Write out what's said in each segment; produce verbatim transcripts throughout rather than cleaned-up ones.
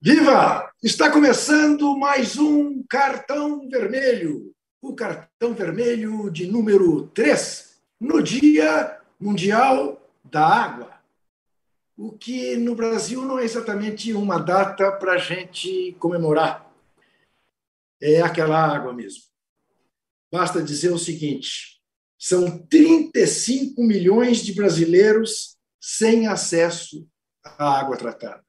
Viva! Está começando mais um Cartão Vermelho, o Cartão Vermelho de número três, no Dia Mundial da Água. O que no Brasil não é exatamente uma data para a gente comemorar. É aquela água mesmo. Basta dizer o seguinte: são trinta e cinco milhões de brasileiros sem acesso à água tratada.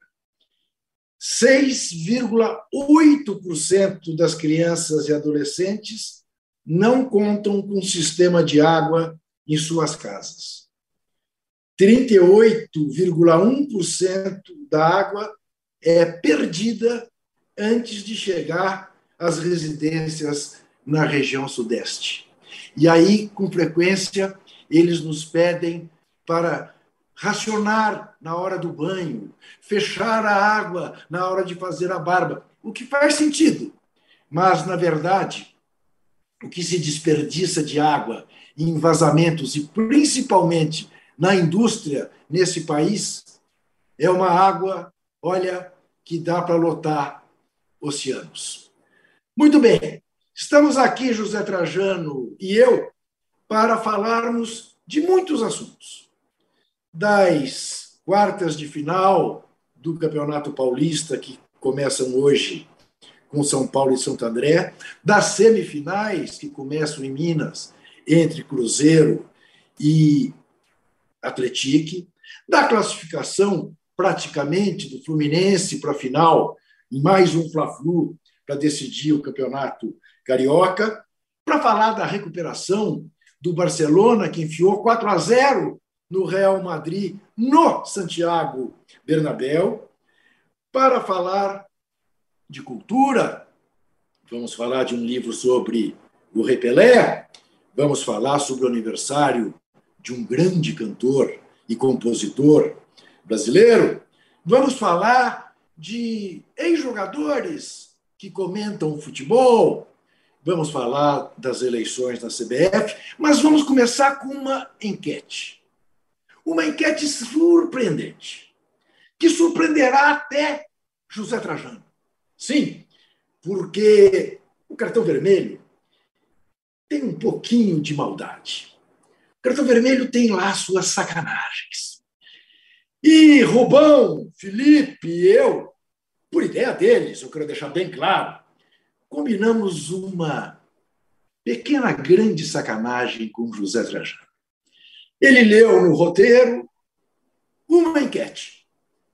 seis vírgula oito por cento das crianças e adolescentes não contam com sistema de água em suas casas. trinta e oito vírgula um por cento da água é perdida antes de chegar às residências na região sudeste. E aí, com frequência, eles nos pedem para racionar na hora do banho, fechar a água na hora de fazer a barba, o que faz sentido. Mas, na verdade, o que se desperdiça de água em vazamentos e principalmente na indústria nesse país é uma água, olha, que dá para lotar oceanos. Muito bem, estamos aqui, José Trajano e eu, para falarmos de muitos assuntos. Das quartas de final do Campeonato Paulista, que começam hoje com São Paulo e Santo André, das semifinais, que começam em Minas, entre Cruzeiro e Atlético, da classificação, praticamente, do Fluminense para a final, em mais um Fla-Flu para decidir o Campeonato Carioca, para falar da recuperação do Barcelona, que enfiou quatro a zero no Real Madrid, no Santiago Bernabéu, para falar de cultura. Vamos falar de um livro sobre o Rei Pelé, vamos falar sobre o aniversário de um grande cantor e compositor brasileiro, vamos falar de ex-jogadores que comentam futebol, vamos falar das eleições na C B F, mas vamos começar com uma enquete. Uma enquete surpreendente, que surpreenderá até José Trajano. Sim, porque o Cartão Vermelho tem um pouquinho de maldade. O Cartão Vermelho tem lá suas sacanagens. E Rubão, Felipe e eu, por ideia deles, eu quero deixar bem claro, combinamos uma pequena, grande sacanagem com José Trajano. Ele leu no roteiro uma enquete.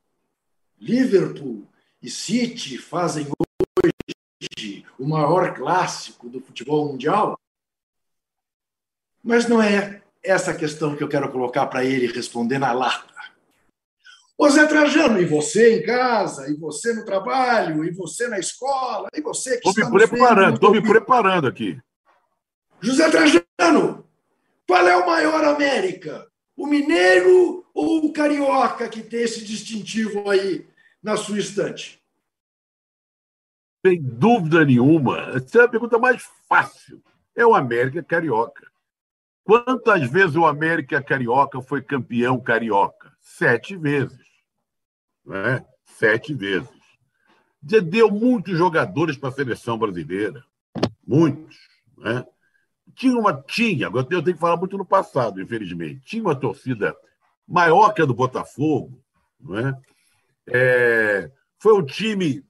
Liverpool e City fazem hoje o maior clássico do futebol mundial? Mas não é essa a questão que eu quero colocar para ele responder na lata. Ô Zé Trajano, e você em casa, e você no trabalho, e você na escola, e você que está me preparando, estou me preparando aqui. José Trajano, qual é o maior América? O mineiro ou o carioca que tem esse distintivo aí na sua estante? Sem dúvida nenhuma. Essa é a pergunta mais fácil. É o América Carioca. Quantas vezes o América Carioca foi campeão carioca? Sete vezes. Né? Sete vezes. Deu muitos jogadores para a seleção brasileira. Muitos. Né? Tinha uma, tinha, eu tenho que falar muito no passado, infelizmente, tinha uma torcida maior que a do Botafogo, não é? É, foi um time,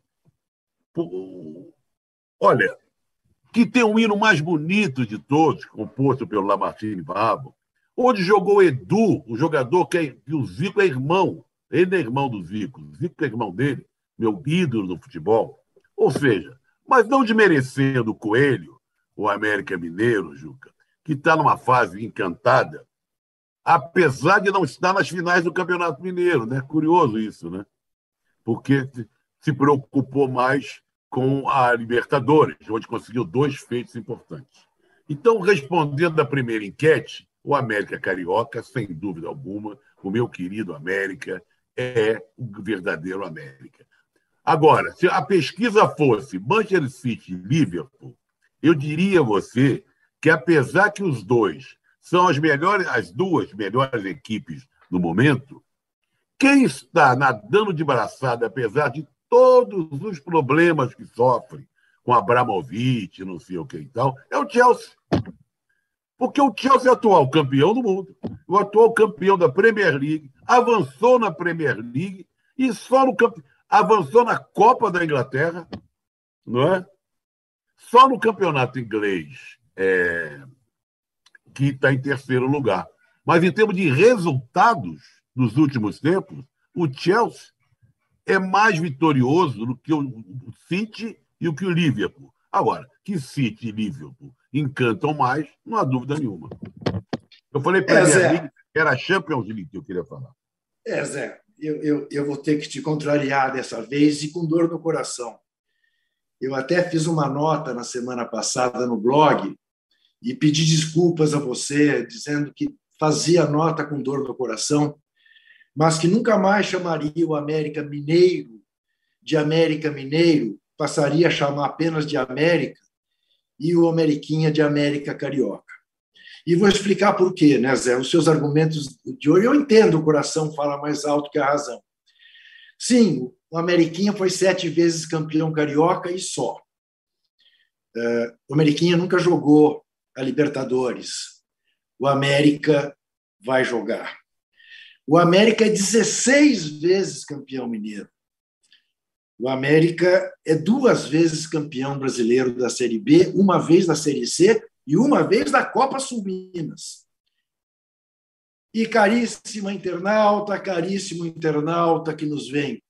olha, que tem o hino mais bonito de todos, composto pelo Lamartine Babo, onde jogou Edu, o jogador que, é, que o Zico é irmão, ele é irmão do Zico, o Zico é irmão dele, meu ídolo no futebol. Ou seja, mas não desmerecendo o Coelho, o América Mineiro, Juca, que está numa fase encantada, apesar de não estar nas finais do Campeonato Mineiro, né? Curioso isso, né? Porque se preocupou mais com a Libertadores, onde conseguiu dois feitos importantes. Então, respondendo à primeira enquete, o América Carioca, sem dúvida alguma, o meu querido América, é o verdadeiro América. Agora, se a pesquisa fosse Manchester City e Liverpool, eu diria a você que, apesar que os dois são as melhores, as duas melhores equipes no momento, quem está nadando de braçada, apesar de todos os problemas que sofre com Abramovich, não sei o que e tal, é o Chelsea. Porque o Chelsea é o atual campeão do mundo, o atual campeão da Premier League, avançou na Premier League e só no campe... avançou na Copa da Inglaterra, não é? Só no campeonato inglês é... que está em terceiro lugar. Mas em termos de resultados nos últimos tempos, o Chelsea é mais vitorioso do que o City e o que o Liverpool. Agora, que City e Liverpool encantam mais, não há dúvida nenhuma. Eu falei para é, a Liga, era a Champions League que eu queria falar. É, Zé, eu, eu, eu vou ter que te contrariar dessa vez e com dor no coração. Eu até fiz uma nota na semana passada no blog e pedi desculpas a você, dizendo que fazia nota com dor no coração, mas que nunca mais chamaria o América Mineiro de América Mineiro, passaria a chamar apenas de América, e o Ameriquinha de América Carioca. E vou explicar por quê, né, Zé? Os seus argumentos de hoje, eu entendo, o coração fala mais alto que a razão. Sim, o Ameriquinha foi sete vezes campeão carioca e só. O Ameriquinha nunca jogou a Libertadores. O América vai jogar. O América é dezesseis vezes campeão mineiro. O América é duas vezes campeão brasileiro da Série B, uma vez da Série C e uma vez da Copa Sul Minas. E caríssima internauta, caríssimo internauta que nos vem,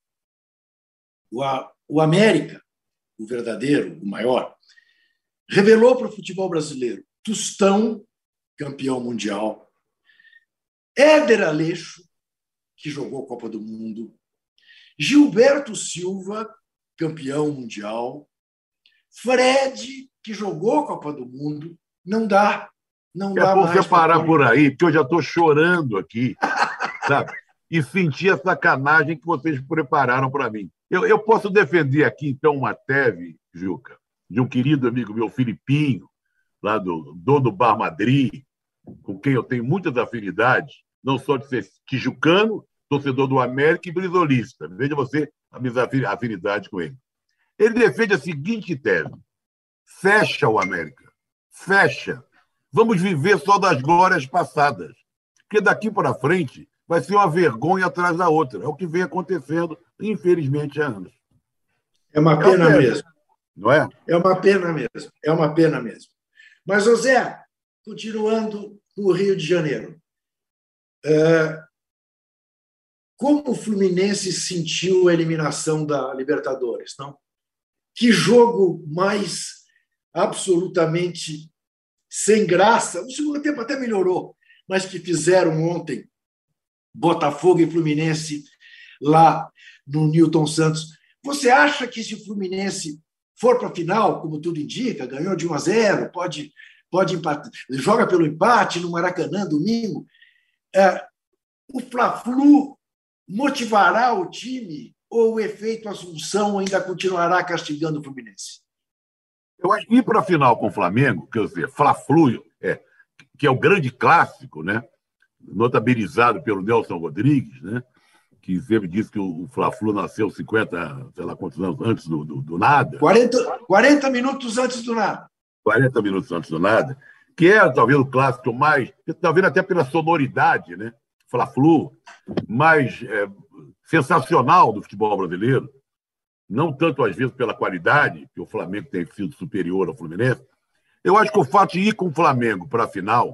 o América, o verdadeiro, o maior, revelou para o futebol brasileiro Tostão, campeão mundial, Éder Aleixo, que jogou a Copa do Mundo, Gilberto Silva, campeão mundial, Fred, que jogou a Copa do Mundo. Não dá, não dá mais. Você parar por aí, porque eu já estou chorando aqui, sabe? E senti a sacanagem que vocês prepararam para mim. Eu, eu posso defender aqui, então, uma tese, Juca, de um querido amigo meu, Filipinho, lá do dono Bar Madrid, com quem eu tenho muitas afinidades, não só de ser tijucano, torcedor do América e brisolista. Veja você a minha afinidade com ele. Ele defende a seguinte tese: fecha o América, fecha. Vamos viver só das glórias passadas, porque daqui para frente vai ser uma vergonha atrás da outra. É o que vem acontecendo, infelizmente, há anos. É uma pena é mesmo. Não é? É uma pena mesmo. É uma pena mesmo. Mas, José, continuando com o Rio de Janeiro, é... como o Fluminense sentiu a eliminação da Libertadores, não? Que jogo mais absolutamente sem graça. O segundo tempo até melhorou, mas que fizeram ontem Botafogo e Fluminense lá no Newton Santos. Você acha que se o Fluminense for para a final, como tudo indica, ganhou de um a zero, pode, pode empatar, joga pelo empate no Maracanã domingo, é, o Fla-Flu motivará o time ou o efeito Assunção ainda continuará castigando o Fluminense? Eu acho que ir para a final com o Flamengo, quer dizer, Fla-Flu, é, que é o grande clássico, né? Notabilizado pelo Nelson Rodrigues, né? Que sempre disse que o Fla-Flu nasceu cinquenta, sei lá quantos anos antes do, do, do nada. quarenta, quarenta minutos antes do nada. quarenta minutos antes do nada, que é talvez o clássico mais, talvez até pela sonoridade, né? Fla-Flu, mais é, sensacional do futebol brasileiro, não tanto às vezes pela qualidade, que o Flamengo tem sido superior ao Fluminense. Eu acho que o fato de ir com o Flamengo para a final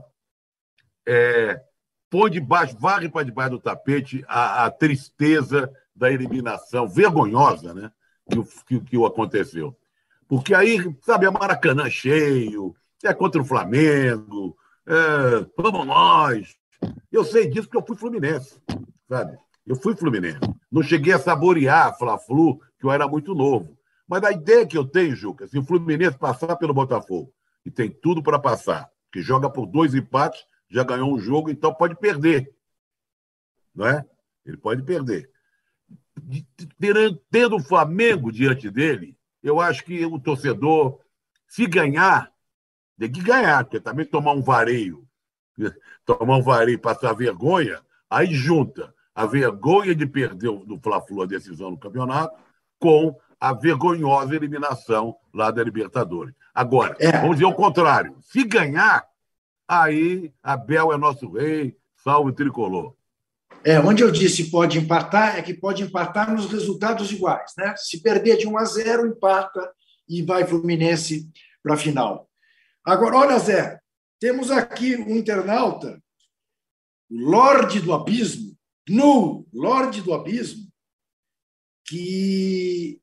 é, põe debaixo, varre para debaixo do tapete a, a tristeza da eliminação vergonhosa, né, que, que, que aconteceu. Porque aí, sabe, é Maracanã cheio, é contra o Flamengo, é, vamos nós. Eu sei disso porque eu fui Fluminense, sabe? Eu fui Fluminense. Não cheguei a saborear a Fla-Flu, que eu era muito novo. Mas a ideia que eu tenho, Juca, se o Fluminense passar pelo Botafogo, e tem tudo para passar, que joga por dois empates, já ganhou um jogo, então pode perder. Não é? Ele pode perder. Tendo o Flamengo diante dele, eu acho que o torcedor, se ganhar, tem que ganhar, porque também tomar um vareio, tomar um vareio e passar vergonha, aí junta a vergonha de perder do Fla-Flu a decisão no campeonato com a vergonhosa eliminação lá da Libertadores. Agora, É. vamos dizer o contrário. Se ganhar, aí Abel é nosso rei, salve o tricolor. É, onde eu disse pode empatar, é que pode empatar nos resultados iguais, né? Se perder de um a zero, empata e vai Fluminense para a final. Agora, olha, Zé, temos aqui um internauta, o Lorde do Abismo, no Lorde do Abismo, que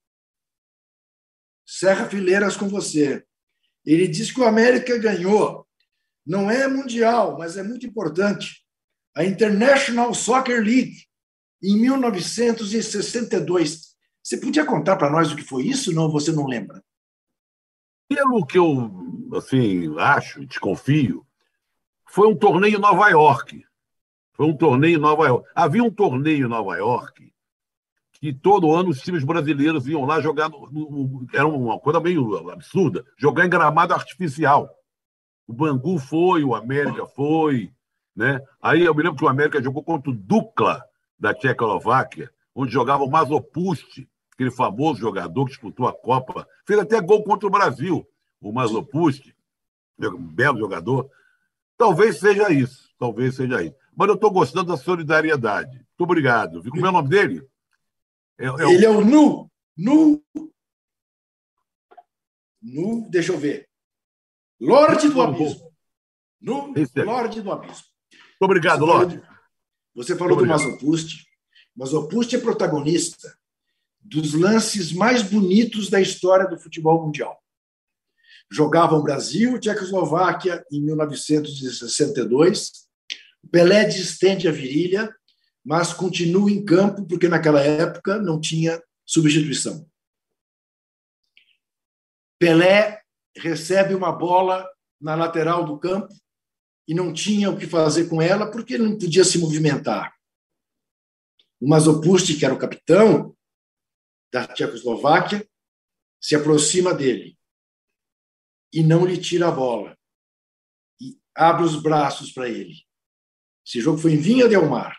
cerra fileiras com você. Ele diz que o América ganhou. Não é mundial, mas é muito importante. A International Soccer League, em mil novecentos e sessenta e dois. Você podia contar para nós o que foi isso? Não, você não lembra? Pelo que eu assim, acho, desconfio, foi um torneio em Nova York. Foi um torneio em Nova York. Havia um torneio em Nova York que todo ano os times brasileiros iam lá jogar. No, no, era uma coisa meio absurda, jogar em gramado artificial. O Bangu foi, o América foi, né? Aí eu me lembro que o América jogou contra o Dukla da Tchecoslováquia, onde jogava o Mazopust, aquele famoso jogador que disputou a Copa, fez até gol contra o Brasil, o Mazopust, um belo jogador. Talvez seja isso, talvez seja isso. Mas eu estou gostando da solidariedade. Muito obrigado. Como é o nome dele? É, é o... Ele é o Nu. Nu. Nu, deixa eu ver. Lorde do Abismo. Nu, Lorde do Abismo. Muito obrigado, você Lorde. Falou, você falou do Mazopust. Mazopust é protagonista dos lances mais bonitos da história do futebol mundial. Jogavam Brasil e Tchecoslováquia em mil novecentos e sessenta e dois. O Pelé distende a virilha, mas continua em campo, porque naquela época não tinha substituição. Pelé recebe uma bola na lateral do campo e não tinha o que fazer com ela porque ele não podia se movimentar. O Mazopust, que era o capitão da Tchecoslováquia, se aproxima dele e não lhe tira a bola e abre os braços para ele. Esse jogo foi em Vinha del Mar.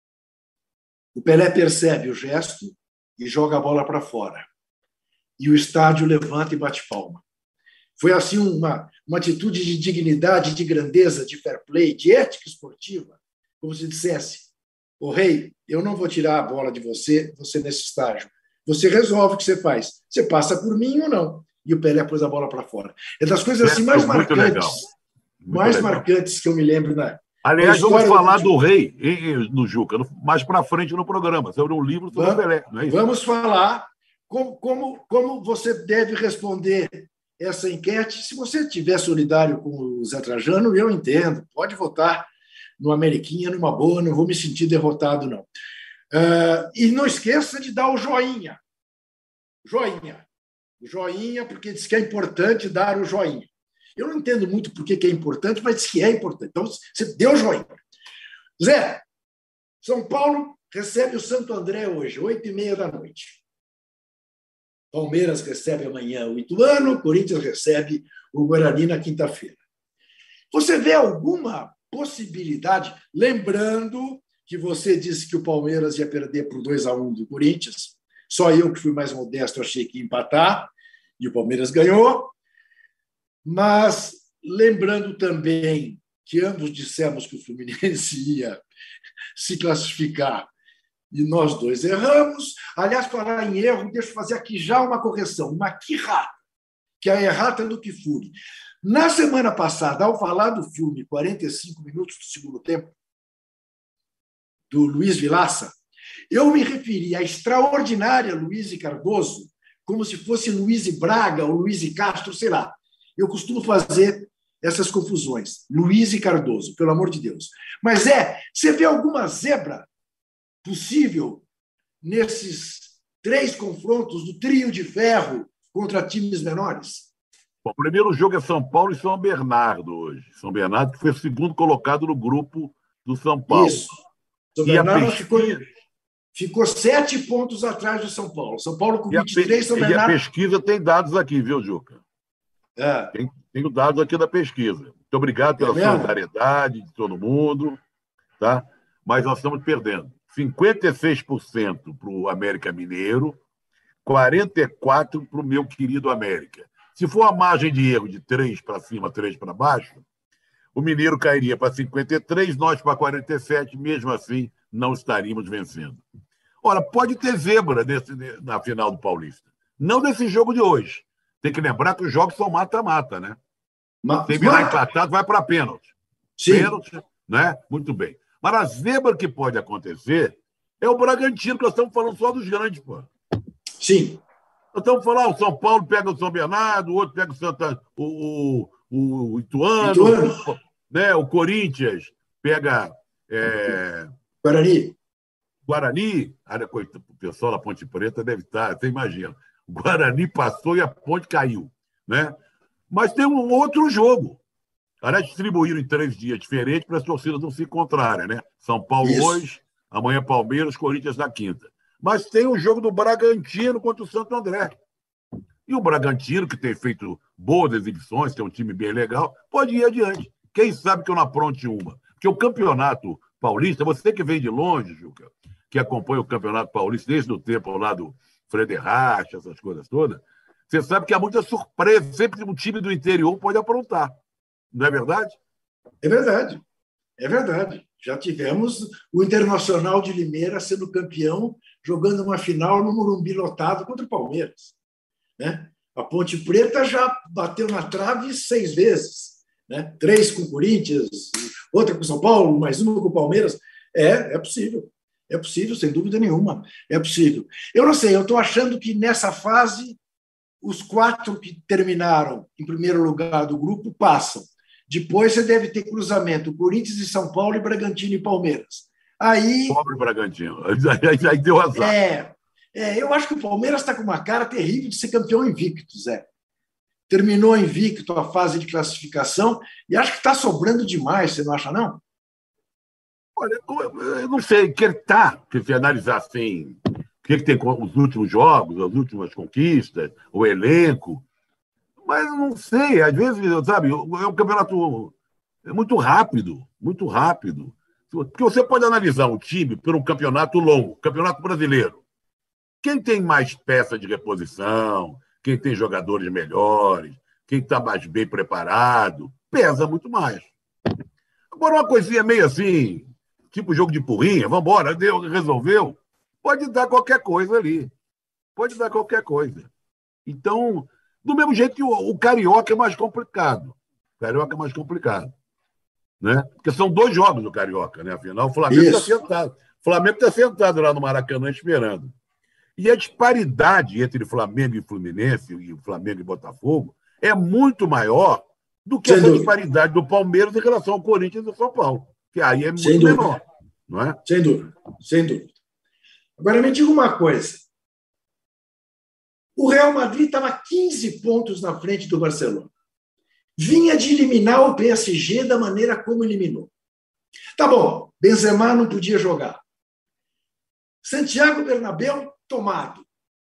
O Pelé percebe o gesto e joga a bola para fora. E o estádio levanta e bate palma. Foi assim uma, uma atitude de dignidade, de grandeza, de fair play, de ética esportiva, como se dissesse: ô rei, eu não vou tirar a bola de você, você nesse estágio. Você resolve o que você faz. Você passa por mim ou não? E o Pelé pôs a bola para fora. É das coisas assim mais muito marcantes, legal. Muito mais legal. marcantes que eu me lembro na. Aliás, vamos falar do rei no Juca, mais para frente no programa, sobre um livro sobre vamos, o Pelé, não é isso? Vamos falar como, como, como você deve responder essa enquete. Se você estiver solidário com o Zé Trajano, eu entendo, pode votar no Ameriquinha, numa boa, não vou me sentir derrotado, não. Uh, e não esqueça de dar o joinha. Joinha. Joinha, porque diz que é importante dar o joinha. Eu não entendo muito por que é importante, mas diz que é importante. Então, você deu o joinha. Zé, São Paulo recebe o Santo André hoje, oito e meia da noite. Palmeiras recebe amanhã o Ituano, Corinthians recebe o Guarani na quinta-feira. Você vê alguma possibilidade, lembrando que você disse que o Palmeiras ia perder por dois a um do Corinthians, só eu que fui mais modesto achei que ia empatar, e o Palmeiras ganhou, mas lembrando também que ambos dissemos que o Fluminense ia se classificar e nós dois erramos. Aliás, falar em erro, deixa eu fazer aqui já uma correção, uma quirrata, que é a errata do Kifuri. Na semana passada, ao falar do filme quarenta e cinco minutos do segundo tempo, do Luiz Vilaça, eu me referi à extraordinária Luiz Cardoso como se fosse Luiz Braga ou Luiz Castro, sei lá. Eu costumo fazer essas confusões. Luiz Cardoso, pelo amor de Deus. Mas é, você vê alguma zebra possível nesses três confrontos do trio de ferro contra times menores? Bom, o primeiro jogo é São Paulo e São Bernardo hoje. São Bernardo que foi o segundo colocado no grupo do São Paulo. Isso. São Bernardo pesquisa... ficou, ficou sete pontos atrás do São Paulo. São Paulo com vinte e três, pe... São Bernardo... E a pesquisa tem dados aqui, viu, Juca? É. Tem, tem dados aqui da pesquisa. Muito obrigado pela é solidariedade de todo mundo, tá? Mas nós estamos perdendo cinquenta e seis por cento para o América Mineiro, quarenta e quatro para o meu querido América. Se for a margem de erro de três para cima, três para baixo, o Mineiro cairia para cinquenta e três, nós para quarenta e sete, mesmo assim, não estaríamos vencendo. Ora, pode ter zebra nesse, na final do Paulista. Não desse jogo de hoje. Tem que lembrar que os jogos são mata-mata, né? Mas, Sem virar mata. empatado, vai para pênalti. Sim. Pênalti, né? Muito bem. Mas a zebra que pode acontecer é o Bragantino, que nós estamos falando só dos grandes, pô. Sim. Nós estamos falando, o São Paulo pega o São Bernardo, o outro pega o Santa, o, o, o Ituano, Ituano. Né? O Corinthians pega é... Guarani. Guarani, o pessoal da Ponte Preta deve estar, você imagina. O Guarani passou e a ponte caiu, né? Mas tem um outro jogo. Aliás, distribuíram em três dias diferentes para as torcidas não se encontrarem, né? São Paulo Isso. hoje, amanhã Palmeiras, Corinthians na quinta. Mas tem o jogo do Bragantino contra o Santo André. E o Bragantino, que tem feito boas exibições, tem um time bem legal, pode ir adiante. Quem sabe que eu não apronte uma? Porque o Campeonato Paulista, você que vem de longe, Juca, que acompanha o Campeonato Paulista desde o tempo lá do Frederich, essas coisas todas, você sabe que há muita surpresa. Sempre um time do interior pode aprontar. Não é verdade? É verdade. É verdade. Já tivemos o Internacional de Limeira sendo campeão, jogando uma final no Morumbi lotado contra o Palmeiras. Né? A Ponte Preta já bateu na trave seis vezes. Né? Três com o Corinthians, outra com o São Paulo, mais uma com o Palmeiras. É, é possível. É possível, sem dúvida nenhuma. É possível. Eu não sei, eu estou achando que nessa fase os quatro que terminaram em primeiro lugar do grupo passam. Depois você deve ter cruzamento, Corinthians e São Paulo e Bragantino e Palmeiras. Aí... Pobre Bragantino. Aí, aí deu azar. É, é, eu acho que o Palmeiras está com uma cara terrível de ser campeão invicto, Zé. Terminou invicto a fase de classificação e acho que está sobrando demais, você não acha, não? Olha, eu não sei, que tá, se analisar assim, o que, que tem com os últimos jogos, as últimas conquistas, o elenco, mas não sei, às vezes, sabe, é um campeonato muito rápido, muito rápido. Porque você pode analisar um time por um campeonato longo, campeonato brasileiro. Quem tem mais peça de reposição, quem tem jogadores melhores, quem está mais bem preparado, pesa muito mais. Agora, uma coisinha meio assim, tipo jogo de porrinha, vamos embora, deu, resolveu, pode dar qualquer coisa ali. Pode dar qualquer coisa. Então, do mesmo jeito que o, o Carioca é mais complicado. O Carioca é mais complicado. Né? Porque são dois jogos do Carioca, né? Afinal, o Flamengo está sentado. O Flamengo está sentado lá no Maracanã esperando. E a disparidade entre Flamengo e Fluminense, e Flamengo e Botafogo, é muito maior do que Sem essa dúvida. disparidade do Palmeiras em relação ao Corinthians e São Paulo. Que aí é muito Sem menor. Não é? Sem dúvida. Sem dúvida. Agora, me diga uma coisa. O Real Madrid estava quinze pontos na frente do Barcelona. Vinha de eliminar o P S G da maneira como eliminou. Tá bom, Benzema não podia jogar. Santiago Bernabéu tomado.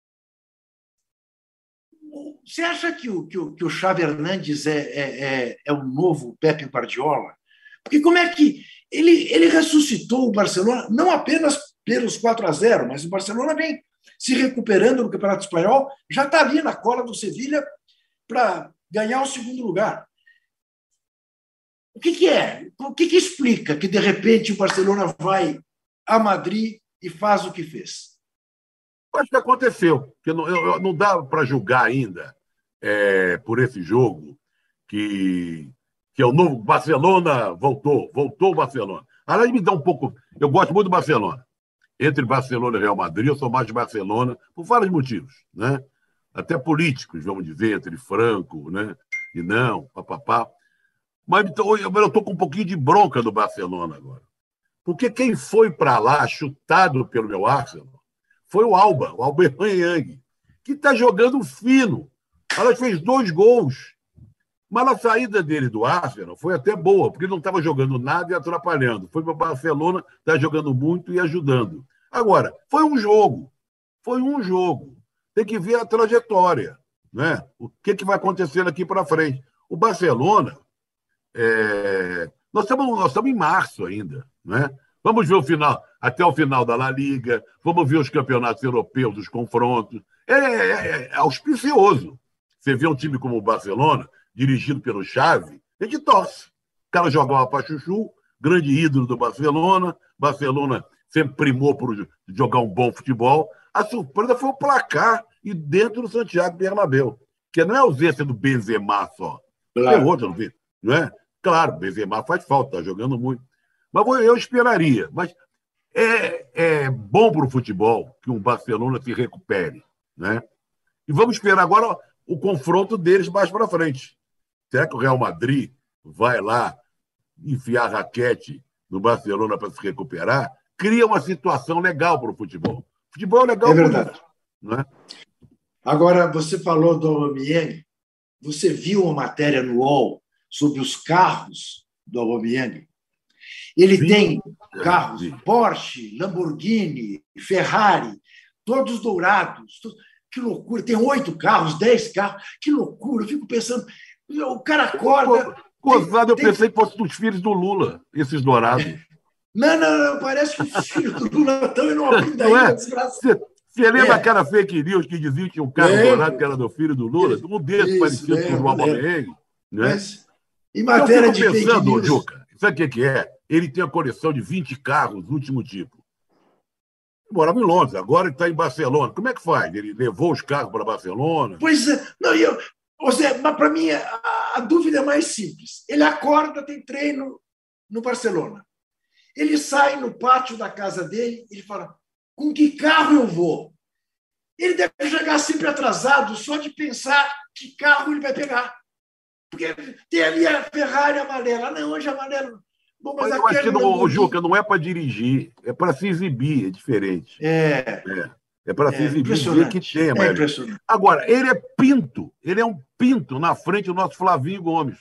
Você acha que o, que o, que o Xavi Hernandes é, é, é, é o novo Pepe Guardiola? Porque como é que ele, ele ressuscitou o Barcelona, não apenas pelos quatro a zero, mas o Barcelona vem se recuperando no Campeonato Espanhol, já está ali na cola do Sevilla para ganhar o segundo lugar. O que, que é? O que, que explica que, de repente, o Barcelona vai a Madrid e faz o que fez? Acho que aconteceu. Porque não, eu, não dá para julgar ainda é, por esse jogo que, que é o novo Barcelona voltou, voltou o Barcelona. Aliás, me dá um pouco... Eu gosto muito do Barcelona. Entre Barcelona e Real Madrid, eu sou mais de Barcelona por vários motivos, né? Até políticos, vamos dizer, entre Franco, né? E não, papapá. Mas então, eu estou com um pouquinho de bronca do Barcelona agora. Porque quem foi para lá, chutado pelo meu Arsenal, foi o Alba, o Aubameyang, que está jogando fino. Ela fez dois gols. Mas a saída dele do Arsenal foi até boa, porque ele não estava jogando nada e atrapalhando. Foi para o Barcelona, está jogando muito e ajudando. Agora, foi um jogo. Foi um jogo. Tem que ver a trajetória, né? O que, que vai acontecer daqui para frente. O Barcelona... É... Nós, estamos, nós estamos em março ainda, né? Vamos ver o final, até o final da La Liga, vamos ver os campeonatos europeus, os confrontos. É, é, é auspicioso. Você vê um time como o Barcelona, dirigido pelo Xavi, a gente torce. O cara jogava para Chuchu, grande ídolo do Barcelona. Barcelona sempre primou por jogar um bom futebol. A surpresa foi o placar e dentro do Santiago Bernabéu, que não é a ausência do Benzema só. Claro. Tem outro, não é? Claro, o Benzema faz falta, está jogando muito. Mas eu esperaria. Mas é, é bom para o futebol que um Barcelona se recupere, né? E vamos esperar agora o confronto deles mais para frente. Será que o Real Madrid vai lá enfiar raquete no Barcelona para se recuperar? Cria uma situação legal para o futebol. Futebol é legal. É verdade. Isso, não é? Agora, você falou do Aubameyang. Você viu uma matéria no U O L sobre os carros do Aubameyang? Ele Sim. tem carros Sim. Porsche, Lamborghini, Ferrari, todos dourados. Que loucura! Tem oito carros, dez carros. Que loucura! Eu fico pensando... O cara acorda... Gozado, eu tem... pensei que fosse dos filhos do Lula, esses dourados. Não, não, não. Parece que os filhos do Lula estão em uma pindaíba desgraçada. Você lembra é. daquela fake news que dizia que tinha um carro é. dourado que era do filho do Lula? Um desses parecido é, com o Aubameyang. Né? Mas, em matéria eu fico de pensando, fake news... Juca, sabe o que é? Ele tem a coleção de vinte carros do último tipo. Ele morava em Londres, agora ele está em Barcelona. Como é que faz? Ele levou os carros para Barcelona? Pois é. Não, eu, José, mas para mim a, a dúvida é mais simples. Ele acorda, tem treino no Barcelona. Ele sai no pátio da casa dele e ele fala: com que carro eu vou? Ele deve chegar sempre atrasado só de pensar que carro ele vai pegar. Porque tem ali a Ferrari amarela. Não, hoje é amarelo. Bom, mas mas eu acho que, não, Juca, não é para dirigir, é para se exibir, é diferente. É. É, é para é, se exibir, dizer que tem. É impressionante. Agora, ele é pinto, ele é um pinto na frente do nosso Flavinho Gomes.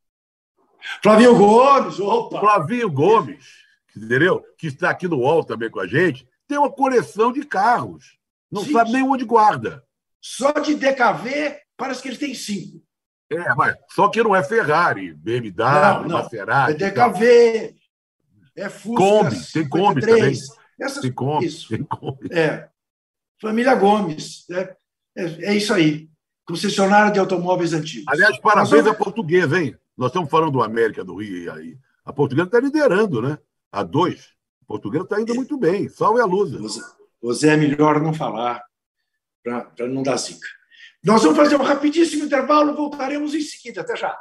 Flavinho Gomes, opa! Flavinho Gomes, entendeu? Que está aqui no U O L também com a gente, tem uma coleção de carros. Não Sim. sabe nem onde guarda. Só de D K V, parece que ele tem cinco. É, mas só que não é Ferrari, B M W, não, não. Maserati. É D K V, é Fusca. Kombi, tem Kombi também. Essas, tem Kombi, isso. tem Kombi. É. Família Gomes. É, é, é isso aí. Concessionário de automóveis antigos. Aliás, parabéns à portuguesa, hein? Nós estamos falando do América do Rio aí. A portuguesa está liderando, né? A dois. A portuguesa está indo é. muito bem. Salve a Lusa. José, é melhor não falar para não dar zica. Nós vamos fazer um rapidíssimo intervalo, voltaremos em seguida. Até já.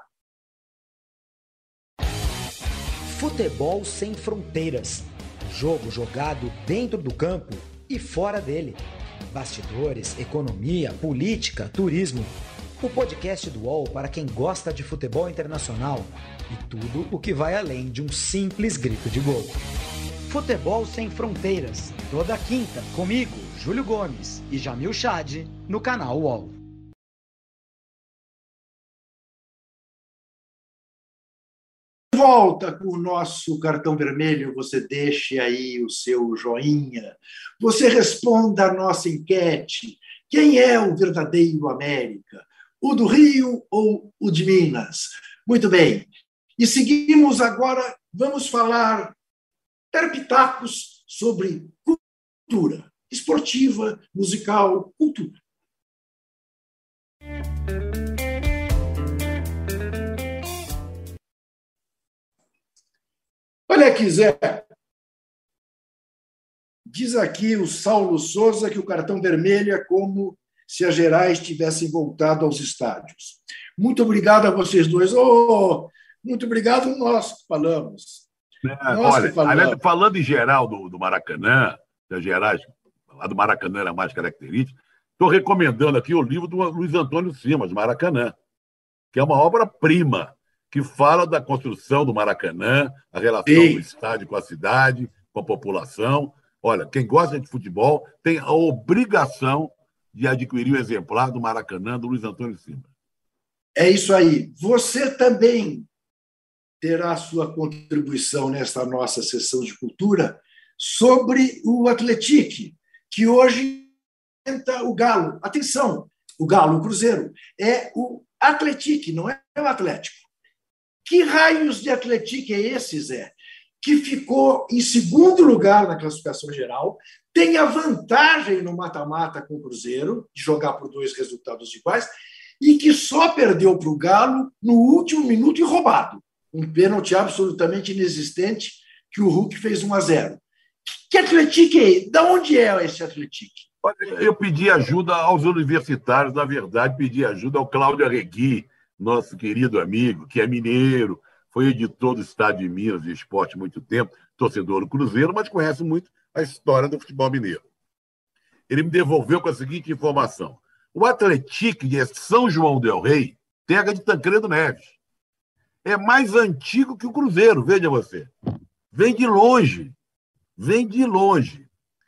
Futebol sem fronteiras. Jogo jogado dentro do campo e fora dele. Bastidores, economia, política, turismo. O podcast do U O L para quem gosta de futebol internacional e tudo o que vai além de um simples grito de gol. Futebol sem fronteiras. Toda quinta, comigo, Júlio Gomes e Jamil Chad, no canal U O L. Volta com o nosso cartão vermelho, você deixe aí o seu joinha, você responda a nossa enquete. Quem é o verdadeiro América? O do Rio ou o de Minas? Muito bem. E seguimos agora, vamos falar, dar pitacos sobre cultura esportiva, musical, cultura. Olha aqui, Zé. Diz aqui o Saulo Souza que o cartão vermelho é como se as Gerais tivessem voltado aos estádios. Muito obrigado a vocês dois. Oh, muito obrigado nós que falamos. É, nós olha, que falamos. Aliás, falando em geral do, do Maracanã, das Gerais, lá do Maracanã era mais característica, estou recomendando aqui o livro do Luiz Antônio Simas, Maracanã, que é uma obra-prima, que fala da construção do Maracanã, a relação Sim. do estádio com a cidade, com a população. Olha, quem gosta de futebol tem a obrigação de adquirir o exemplar do Maracanã do Luiz Antônio Simas. É isso aí. Você também terá a sua contribuição nesta nossa sessão de cultura sobre o Atlético, que hoje enfrenta o Galo. Atenção, o Galo, o Cruzeiro, é o Atlético, não é o Atlético. Que raios de Atlético é esse, Zé? que ficou em segundo lugar na classificação geral, tem a vantagem no mata-mata com o Cruzeiro, de jogar por dois resultados iguais, e que só perdeu para o Galo no último minuto e roubado. Um pênalti absolutamente inexistente que o Hulk fez um a zero. Que Atlético é? Da onde é esse Atlético? Eu pedi ajuda aos universitários, na verdade, pedi ajuda ao Cláudio Arregui, nosso querido amigo, que é mineiro, foi editor do Estado de Minas de Esporte há muito tempo, torcedor do Cruzeiro, mas conhece muito a história do futebol mineiro. Ele me devolveu com a seguinte informação. O Atlético de São João del Rei, terra de Tancredo Neves. É mais antigo que o Cruzeiro, veja você. Vem de longe. Vem de longe.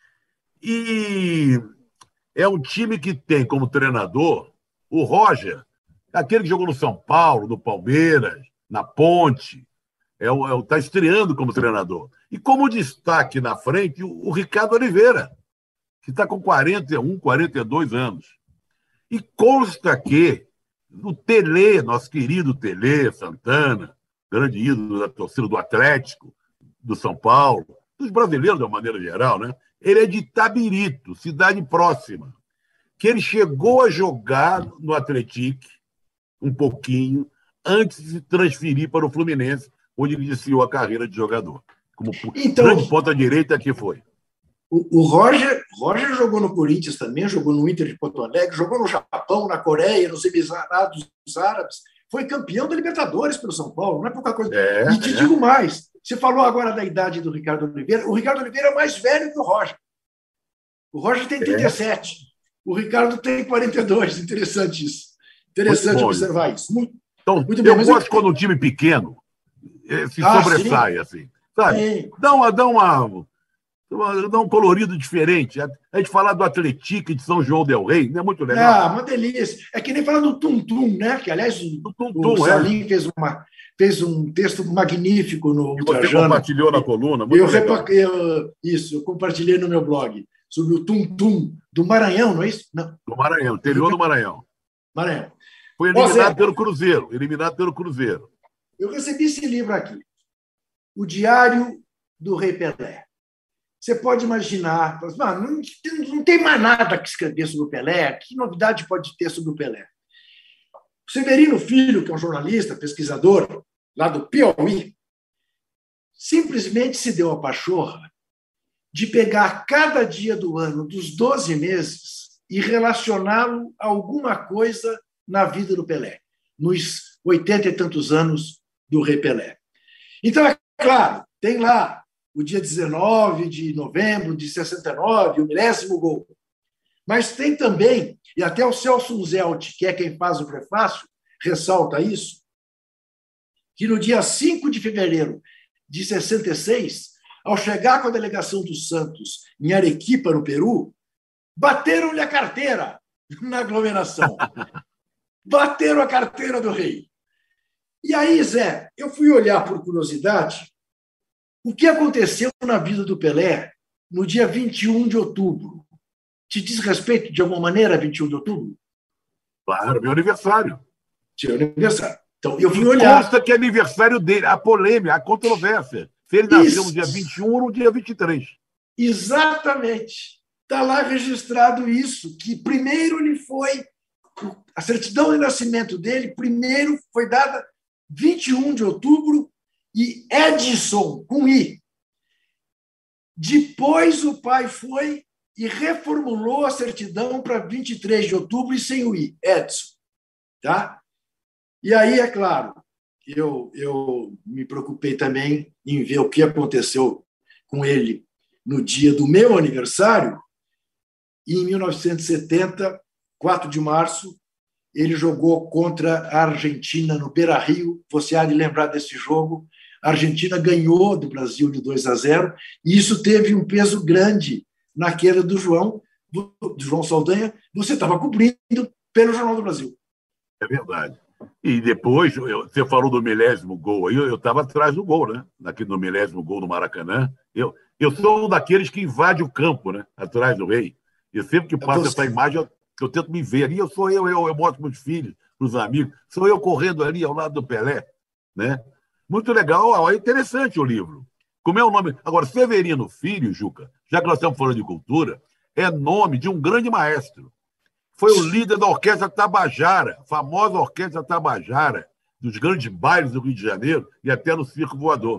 E é um time que tem como treinador o Roger, aquele que jogou no São Paulo, no Palmeiras, na Ponte. É o, é o, tá estreando como treinador. E como destaque na frente, o, o Ricardo Oliveira, que está com quarenta e um, quarenta e dois anos. E consta que o Tele, nosso querido Tele Santana, grande ídolo da torcida do Atlético, do São Paulo, dos brasileiros de uma maneira geral, né? Ele é de Itabirito, cidade próxima, que ele chegou a jogar no Atlético um pouquinho antes de se transferir para o Fluminense, onde ele iniciou a carreira de jogador. Como então, grande ponta-direita que foi. O, o Roger, Roger jogou no Corinthians também, jogou no Inter de Porto Alegre, jogou no Japão, na Coreia, nos Emirados Árabes, foi campeão da Libertadores pelo São Paulo, não é pouca coisa. É, e te é. digo mais, você falou agora da idade do Ricardo Oliveira, o Ricardo Oliveira é mais velho que o Roger. O Roger tem trinta e sete, é. O Ricardo tem quarenta e dois, interessante isso. Interessante observar isso. Muito, então, muito eu bem, gosto eu... quando um time pequeno se ah, sobressai, sim. assim. Sabe? Sim. Dá uma... Dá uma... Dá um colorido diferente. A gente falar do Atlético de São João del Rei, não é muito legal? Ah, uma delícia. É que nem falar do Tum Tum, né? Que, aliás, o, tum, tum, o Salim é. fez, uma, fez um texto magnífico no e você compartilhou na coluna. Muito eu, legal. Eu, isso, eu compartilhei no meu blog sobre o Tum Tum do Maranhão, não é isso? Não. Do Maranhão, interior do Maranhão. Maranhão. Foi eliminado Zé, pelo Cruzeiro. Eliminado pelo Cruzeiro. Eu recebi esse livro aqui. O Diário do Rei Pelé. Você pode imaginar, não, não tem mais nada que escrever sobre o Pelé, que novidade pode ter sobre o Pelé? O Severino Filho, que é um jornalista, pesquisador, lá do Piauí, simplesmente se deu a pachorra de pegar cada dia do ano, dos doze meses, e relacioná-lo a alguma coisa na vida do Pelé, nos oitenta e tantos anos do Rei Pelé. Então, é claro, tem lá o dia dezenove de novembro de sessenta e nove, o milésimo gol. Mas tem também, e até o Celso Zelt, que é quem faz o prefácio, ressalta isso, que no dia cinco de fevereiro de sessenta e seis, ao chegar com a delegação do Santos em Arequipa, no Peru, bateram-lhe a carteira na aglomeração. Bateram a carteira do rei. E aí, Zé, eu fui olhar por curiosidade o que aconteceu na vida do Pelé no dia vinte e um de outubro. Te diz respeito, de alguma maneira, vinte e um de outubro? Claro, meu aniversário. Seu aniversário. Então, eu fui olhar. Consta que é aniversário dele, a polêmica, a controvérsia. Se ele nasceu Isso. no dia vinte e um ou no dia vinte e três. Exatamente. Está lá registrado isso, que primeiro ele foi... A certidão de nascimento dele, primeiro, foi dada vinte e um de outubro, e Edson, com I. Depois o pai foi e reformulou a certidão para vinte e três de outubro e sem o I, Edson. Tá? E aí, é claro, eu, eu me preocupei também em ver o que aconteceu com ele no dia do meu aniversário. E em mil novecentos e setenta, quatro de março, ele jogou contra a Argentina no Beira-Rio. Você há de lembrar desse jogo. A Argentina ganhou do Brasil de dois a zero, e isso teve um peso grande na queda do João, do João Saldanha. Você estava cobrindo pelo Jornal do Brasil. É verdade. E depois, você falou do milésimo gol aí, eu estava atrás do gol, né? Aqui no milésimo gol do Maracanã. Eu, eu sou um daqueles que invade o campo, né? Atrás do rei. E sempre que passa essa imagem, eu, eu tento me ver ali. Eu sou eu, eu, eu mostro para os filhos, para os amigos. Sou eu correndo ali ao lado do Pelé, né? Muito legal, é interessante o livro. Como é o nome? Agora, Severino Filho, Juca, já que nós estamos falando de cultura, é nome de um grande maestro. Foi o líder da Orquestra Tabajara, famosa Orquestra Tabajara, dos grandes bailes do Rio de Janeiro e até no Circo Voador.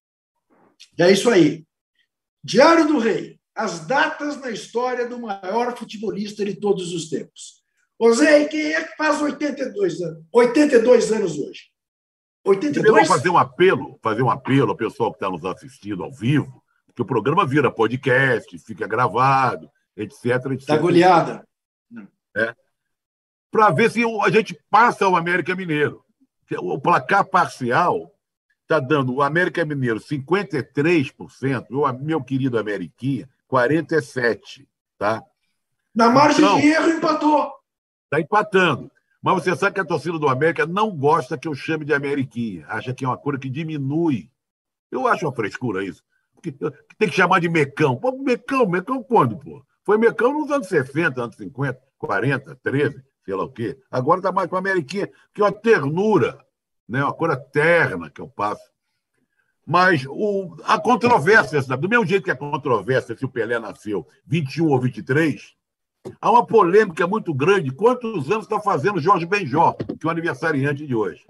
É isso aí. Diário do Rei. As datas na história do maior futebolista de todos os tempos. Ô Zé, quem é que faz oitenta e dois anos? oitenta e dois anos hoje. oitenta e dois? Eu vou fazer um apelo, fazer um apelo ao pessoal que está nos assistindo ao vivo, porque o programa vira podcast, fica gravado, etc, etcétera. Está goleada. É, para ver se a gente passa o América Mineiro. O placar parcial está dando o América Mineiro cinquenta e três por cento, o meu querido Ameriquinha, quarenta e sete por cento. Tá? Na margem então, de erro, empatou. Está empatando. Mas você sabe que a torcida do América não gosta que eu chame de Ameriquinha. Acha que é uma coisa que diminui. Eu acho uma frescura isso. Tem que chamar de Mecão. Pô, Mecão, Mecão quando, pô? Foi Mecão nos anos sessenta, anos cinquenta, quarenta, treze, sei lá o quê. Agora está mais com a Ameriquinha, que é uma ternura, né? Uma coisa terna que eu passo. Mas o, a controvérsia, sabe? Do mesmo jeito que a controvérsia se o Pelé nasceu vinte e um ou vinte e três, há uma polêmica muito grande. Quantos anos está fazendo Jorge Benjor, que é o aniversariante de hoje?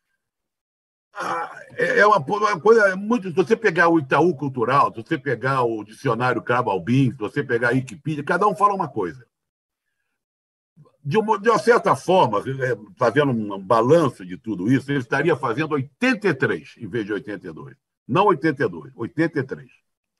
Ah, é uma, uma coisa muito... Se você pegar o Itaú Cultural, se você pegar o dicionário Cravo Albim, se você pegar a Wikipedia, cada um fala uma coisa. De uma, de uma certa forma, fazendo um balanço de tudo isso, ele estaria fazendo oitenta e três em vez de oitenta e dois. Não oitenta e dois, oitenta e três.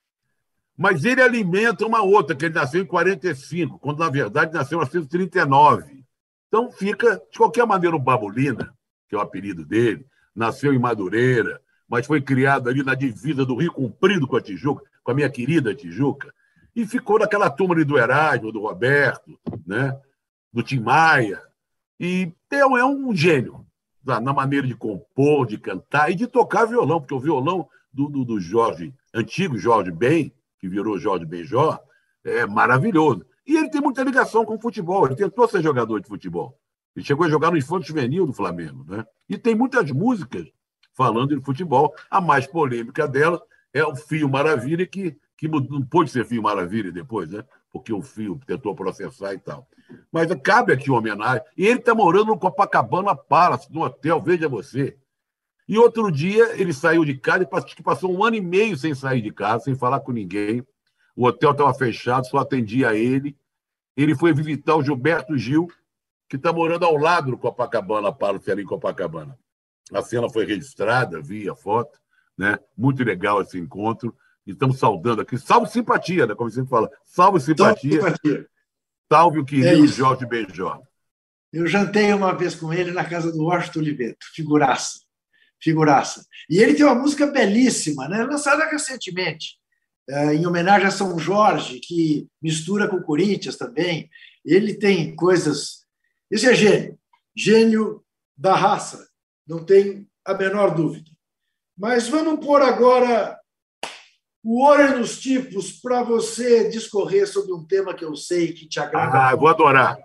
Mas ele alimenta uma outra, que ele nasceu em quarenta e cinco, quando, na verdade, nasceu em mil novecentos e trinta e nove. Então, fica, de qualquer maneira, o Babolina, que é o apelido dele, nasceu em Madureira, mas foi criado ali na divisa do Rio Comprido com a Tijuca, com a minha querida Tijuca, e ficou naquela turma ali do Erasmo, do Roberto, né? Do Tim Maia. E é um, é um gênio na maneira de compor, de cantar e de tocar violão, porque o violão do, do, do Jorge, antigo Jorge Ben, que virou Jorge Benjor, é maravilhoso. E ele tem muita ligação com o futebol. Ele tentou ser jogador de futebol. Ele chegou a jogar no Infanto Juvenil do Flamengo, né? E tem muitas músicas falando de futebol. A mais polêmica dela é o Fio Maravilha, que, que não pôde ser Fio Maravilha depois, né? Porque o Fio tentou processar e tal. Mas cabe aqui uma homenagem. E ele está morando no Copacabana Palace, no hotel, veja você. E outro dia ele saiu de casa e passou um ano e meio sem sair de casa, sem falar com ninguém. O hotel estava fechado, só atendia ele. Ele foi visitar o Gilberto Gil, que está morando ao lado do Copacabana Palace, ali em Copacabana. A cena foi registrada, vi a foto, né? Muito legal esse encontro. E estamos saudando aqui. Salve simpatia, né? Como sempre fala. Salve simpatia. Salve, simpatia. Salve o querido é Jorge Benjor. Eu jantei uma vez com ele na casa do Washington Oliveto. Figuraça. Figuraça. E ele tem uma música belíssima, né? Lançada recentemente, em homenagem a São Jorge, que mistura com o Corinthians também. Ele tem coisas... Esse é gênio. Gênio da raça. Não tem a menor dúvida. Mas vamos pôr agora o olho nos tipos para você discorrer sobre um tema que eu sei que te agrada. Ah, eu vou adorar.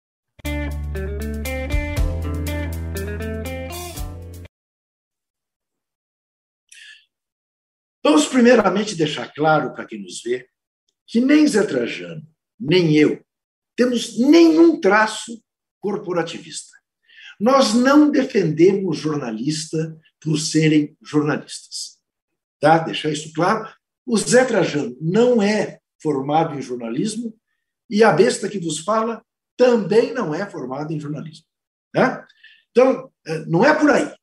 Vamos primeiramente deixar claro para quem nos vê que nem Zé Trajano, nem eu, temos nenhum traço corporativista. Nós não defendemos jornalista por serem jornalistas. Tá? Deixar isso claro. O Zé Trajano não é formado em jornalismo e a besta que vos fala também não é formada em jornalismo. Tá? Então, não é por aí.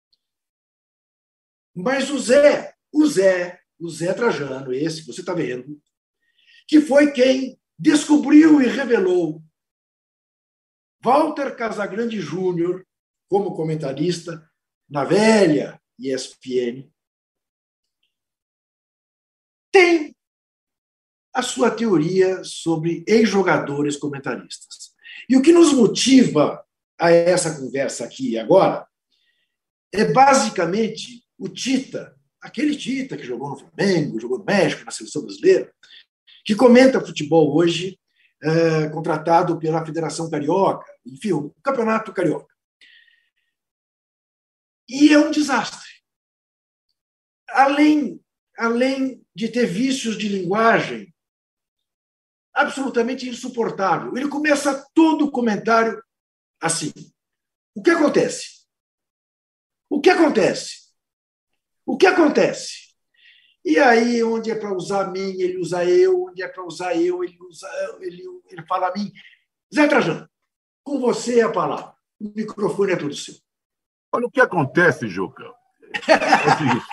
Mas o Zé, o Zé, o Zé Trajano, esse que você está vendo, que foi quem descobriu e revelou Walter Casagrande Júnior como comentarista na velha E S P N, tem a sua teoria sobre ex-jogadores comentaristas. E o que nos motiva a essa conversa aqui e agora é basicamente o Tita, aquele Tita que jogou no Flamengo, jogou no México, na seleção brasileira, que comenta futebol hoje, é, contratado pela Federação Carioca, enfim, o Campeonato Carioca. E é um desastre. Além além de ter vícios de linguagem absolutamente insuportável. Ele começa todo o comentário assim. O que acontece? O que acontece? O que acontece? E aí, onde é para usar mim, ele usa eu, onde é para usar eu, ele, usa, ele, ele fala a mim. Zé Trajano, com você a palavra. O microfone é todo seu. Olha, o que acontece, Juca, é o seguinte.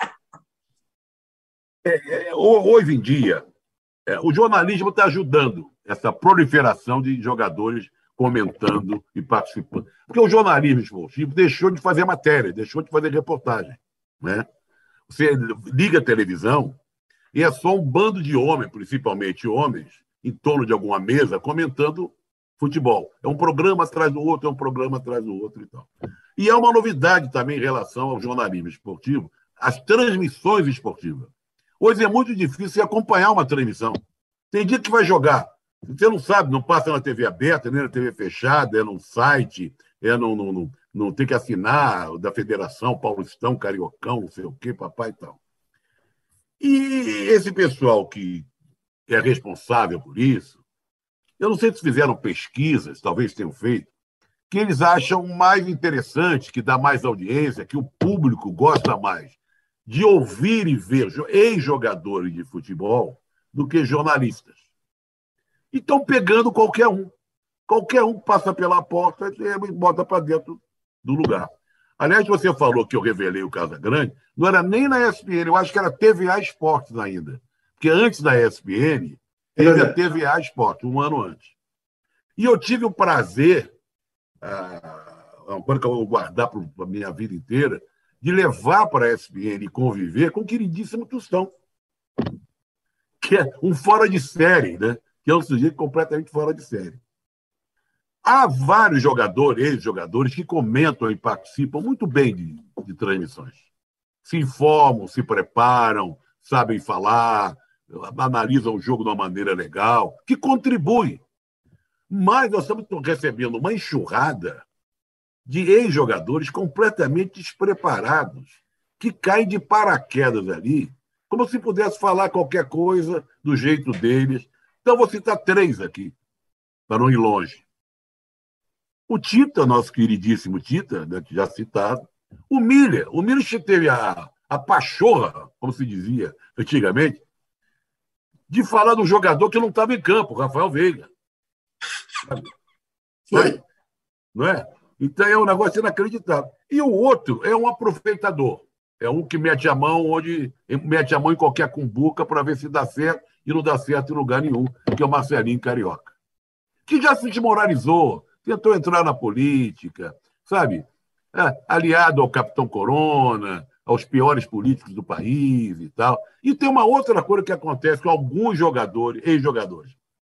É, é, hoje em dia, é, o jornalismo está ajudando essa proliferação de jogadores comentando e participando. Porque o jornalismo esportivo deixou de fazer matéria, deixou de fazer reportagem. Né? Você liga a televisão e é só um bando de homens, principalmente homens, em torno de alguma mesa, comentando futebol. É um programa atrás do outro, é um programa atrás do outro e tal. E é uma novidade também em relação ao jornalismo esportivo, as transmissões esportivas. Hoje é muito difícil acompanhar uma transmissão. Tem dia que vai jogar. Você não sabe, não passa na T V aberta, nem na T V fechada, é num site, é no, no, no, no tem que assinar da Federação, Paulistão, Cariocão, não sei o quê, papai e tal. E esse pessoal que é responsável por isso, eu não sei se fizeram pesquisas, talvez tenham feito, que eles acham mais interessante, que dá mais audiência, que o público gosta mais de ouvir e ver ex-jogadores de futebol do que jornalistas. E estão pegando qualquer um. Qualquer um passa pela porta e bota para dentro do lugar. Aliás, você falou que eu revelei o Casagrande, não era nem na E S P N, eu acho que era T V A Esportes ainda. Porque antes da E S P N, teve a T V A Esportes, um ano antes. E eu tive o prazer, uma coisa que eu vou guardar para a minha vida inteira, de levar para a E S P N e conviver com o queridíssimo Tostão, que é um fora de série, né? Que é um sujeito completamente fora de série. Há vários jogadores, ex-jogadores, que comentam e participam muito bem de, de transmissões. Se informam, se preparam, sabem falar, analisam o jogo de uma maneira legal, que contribuem. Mas nós estamos recebendo uma enxurrada de ex-jogadores completamente despreparados, que caem de paraquedas ali, como se pudesse falar qualquer coisa do jeito deles. Então, vou citar três aqui, para não ir longe. O Tita, nosso queridíssimo Tita, né, já citado. O Miller. O Miller teve a, a pachorra, como se dizia antigamente, de falar do jogador que não estava em campo, Rafael Veiga. Foi. Não é? Então é um negócio inacreditável. E o outro é um aproveitador. É um que mete a mão onde mete a mão em qualquer cumbuca para ver se dá certo e não dá certo em lugar nenhum, que é o Marcelinho Carioca. Que já se desmoralizou, tentou entrar na política, sabe? É, aliado ao Capitão Corona, aos piores políticos do país e tal. E tem uma outra coisa que acontece com alguns jogadores, ex-jogadores.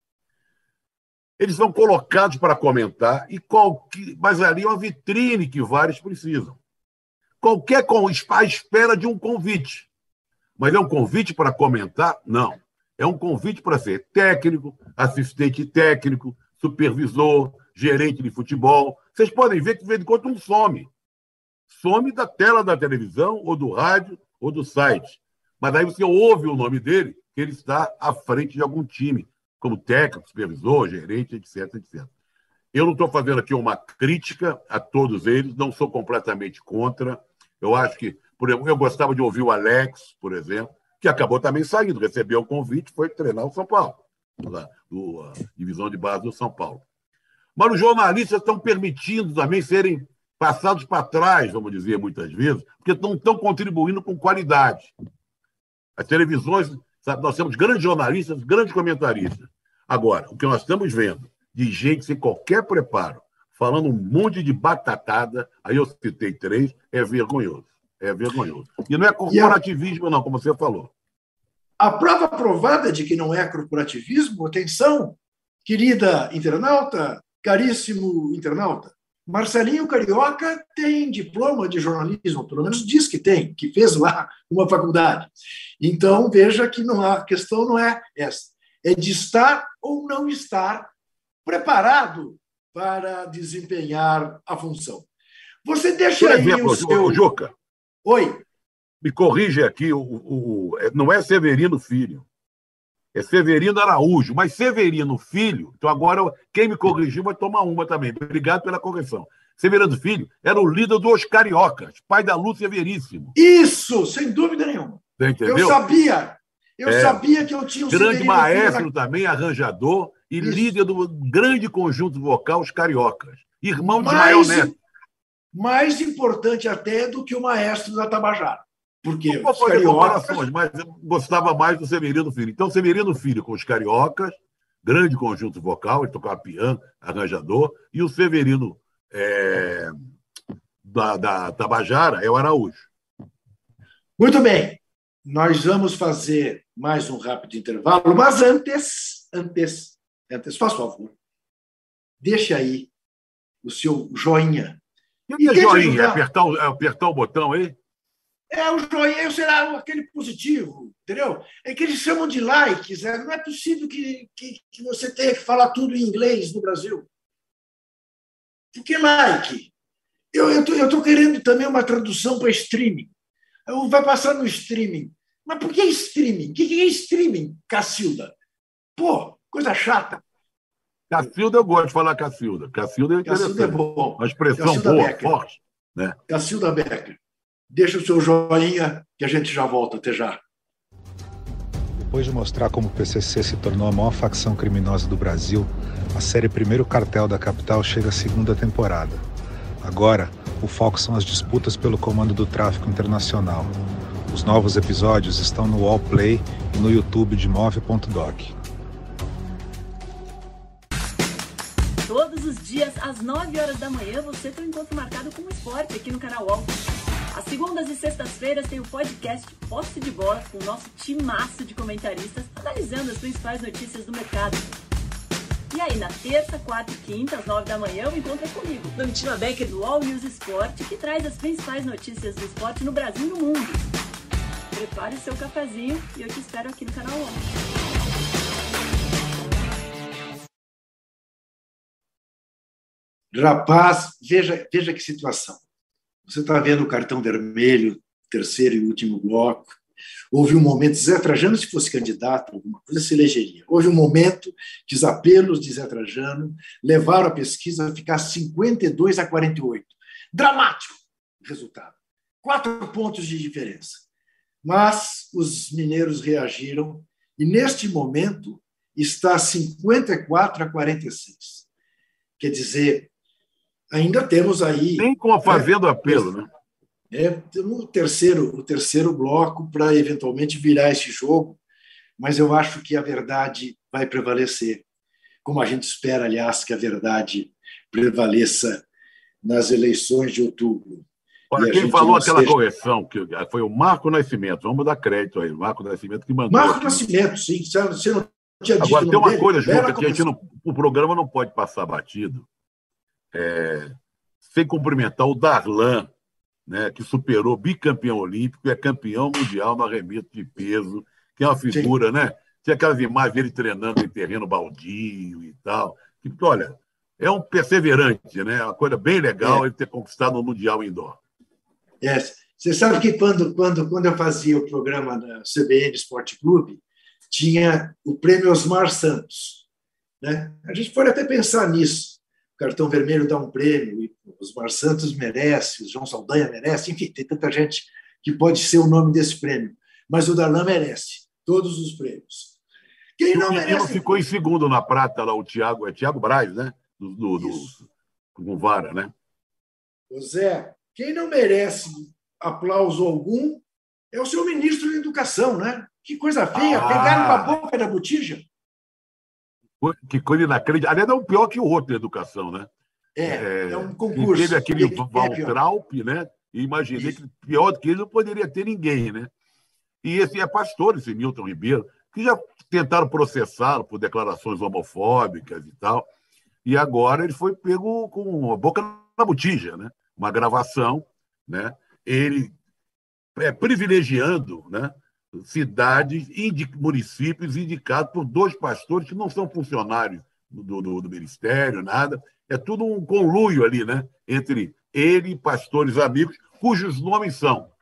Eles são colocados para comentar, e qualquer, mas ali é uma vitrine que vários precisam. Qualquer à espera de um convite. Mas é um convite para comentar? Não. É um convite para ser técnico, assistente técnico, supervisor, gerente de futebol. Vocês podem ver que, de vez em quando, um some. Some da tela da televisão, ou do rádio, ou do site. Mas aí você ouve o nome dele, que ele está à frente de algum time, como técnico, supervisor, gerente, etc, etcétera. Eu não estou fazendo aqui uma crítica a todos eles, não sou completamente contra. Eu acho que, por exemplo, eu gostava de ouvir o Alex, por exemplo, que acabou também saindo, recebeu o convite, foi treinar o São Paulo, lá, do, a divisão de base do São Paulo. Mas os jornalistas estão permitindo também serem passados para trás, vamos dizer, muitas vezes, porque não estão contribuindo com qualidade. As televisões, sabe, nós temos grandes jornalistas, grandes comentaristas. Agora, o que nós estamos vendo de gente sem qualquer preparo, falando um monte de batatada, aí eu citei três, é vergonhoso. É vergonhoso. E não é corporativismo, não, como você falou. A prova provada de que não é corporativismo, atenção, querida internauta, caríssimo internauta, Marcelinho Carioca tem diploma de jornalismo, pelo menos diz que tem, que fez lá uma faculdade. Então, veja que não há, a questão não é essa. É de estar ou não estar preparado para desempenhar a função. Você deixa Por aí exemplo, o seu... Juca, Oi. me corrige aqui, o, o, não é Severino Filho, é Severino Araújo, mas Severino Filho, então agora quem me corrigiu vai tomar uma também. Obrigado pela correção. Severino Filho era o líder dos Cariocas, pai da Lúcia Veríssimo. Isso, sem dúvida nenhuma. Você entendeu? Eu sabia. Eu é, sabia que eu tinha um grande Severino maestro Filho na... também, arranjador e Isso. líder do grande conjunto vocal, os Cariocas. Irmão de mais, Ismael Neto. Mais importante até do que o maestro da Tabajara. Porque não vou os fazer cariocas... comparações, mas eu gostava mais do Severino Filho. Então, Severino Filho com os Cariocas, grande conjunto vocal, ele tocava piano, arranjador, e o Severino é, da, da Tabajara é o Araújo. Muito bem. Nós vamos fazer mais um rápido intervalo, mas antes, antes, antes, faz favor, deixa aí o seu joinha. O que é joinha? É apertar, o, é apertar o botão aí? É, o joinha será aquele positivo, entendeu? É que eles chamam de likes. É, não é possível que, que, que você tenha que falar tudo em inglês no Brasil. Por que like? Eu estou querendo também uma tradução para streaming. Vai passar no streaming. Mas por que streaming? O que, que é streaming, Cacilda? Pô, coisa chata. Cacilda, eu gosto de falar Cacilda. Cacilda é interessante. Cacilda é bom. Uma expressão Cacilda boa, Becker. forte. Né? Cacilda Becker. Deixa o seu joinha que a gente já volta. Até já. Depois de mostrar como o P C C se tornou a maior facção criminosa do Brasil, a série Primeiro Cartel da Capital chega à segunda temporada. Agora, o foco são as disputas pelo comando do tráfico internacional. Os novos episódios estão no Wallplay e no YouTube de Move ponto doc. Todos os dias, às nove horas da manhã, você tem um encontro marcado com o esporte aqui no canal Wall. Às segundas e sextas-feiras tem o podcast Posse de Bola com o nosso timaço de comentaristas analisando as principais notícias do mercado. E aí, na terça, quarta e quinta, às nove da manhã, o encontro é comigo, Domitila Becker do All News Esporte, que traz as principais notícias do esporte no Brasil e no mundo. Prepare o seu cafezinho e eu te espero aqui no canal Wall. Rapaz, veja, veja que situação. Você está vendo o cartão vermelho, terceiro e último bloco. Houve um momento, Zé Trajano, se fosse candidato, alguma coisa se elegeria. Houve um momento que os apelos de Zé Trajano levaram a pesquisa a ficar cinquenta e dois a quarenta e oito. Dramático resultado. Quatro pontos de diferença. Mas os mineiros reagiram e, neste momento, está cinquenta e quatro a quarenta e seis. Quer dizer, ainda temos aí... Nem com a fazendo é, apelo, né? É, o terceiro, o terceiro bloco para eventualmente virar esse jogo, mas eu acho que a verdade vai prevalecer, como a gente espera, aliás, que a verdade prevaleça nas eleições de outubro. Olha, quem falou aquela seja... correção, que foi o Marco Nascimento, vamos dar crédito aí, o Marco Nascimento que mandou. Marco aqui. Nascimento, sim, você não tinha dito. Agora, tem uma dele, coisa, Juca, que a gente não, o programa não pode passar batido, é, sem cumprimentar o Darlan, né, que superou bicampeão olímpico e é campeão mundial no arremesso de peso, que é uma figura, Sim. né? Tinha aquelas imagens dele treinando em terreno baldio e tal. Que, olha, é um perseverante, né? É uma coisa bem legal é. ele ter conquistado o Mundial Indoor. É. Você sabe que quando, quando, quando eu fazia o programa da C B N Esporte Clube, tinha o prêmio Osmar Santos. Né? A gente pode até pensar nisso. O cartão vermelho dá um prêmio, e o Osmar Santos merece, o João Saldanha merece, enfim, tem tanta gente que pode ser o nome desse prêmio. Mas o Darlan merece todos os prêmios. Quem não merece... Não ficou em segundo na prata lá, o Thiago, é Thiago Braz, né? Do, do, do, com vara, né? Ô Zé, quem não merece aplauso algum é o seu ministro da Educação, né? Que coisa feia, ah. pegaram a boca da botija. Que coisa inacreditável. Aliás, é um pior que o outro da educação, né? É, é, é um concurso. Teve aquele Valtraup, né? E imaginei Isso. que pior do que ele não poderia ter ninguém, né? E esse é pastor, esse Milton Ribeiro, que já tentaram processá-lo por declarações homofóbicas e tal. E agora ele foi pego com a boca na botija, né? Uma gravação, né? Ele é, privilegiando, né? cidades, indi- municípios indicados por dois pastores que não são funcionários do, do, do ministério, nada. É tudo um conluio ali, né? Entre ele e pastores amigos, cujos nomes são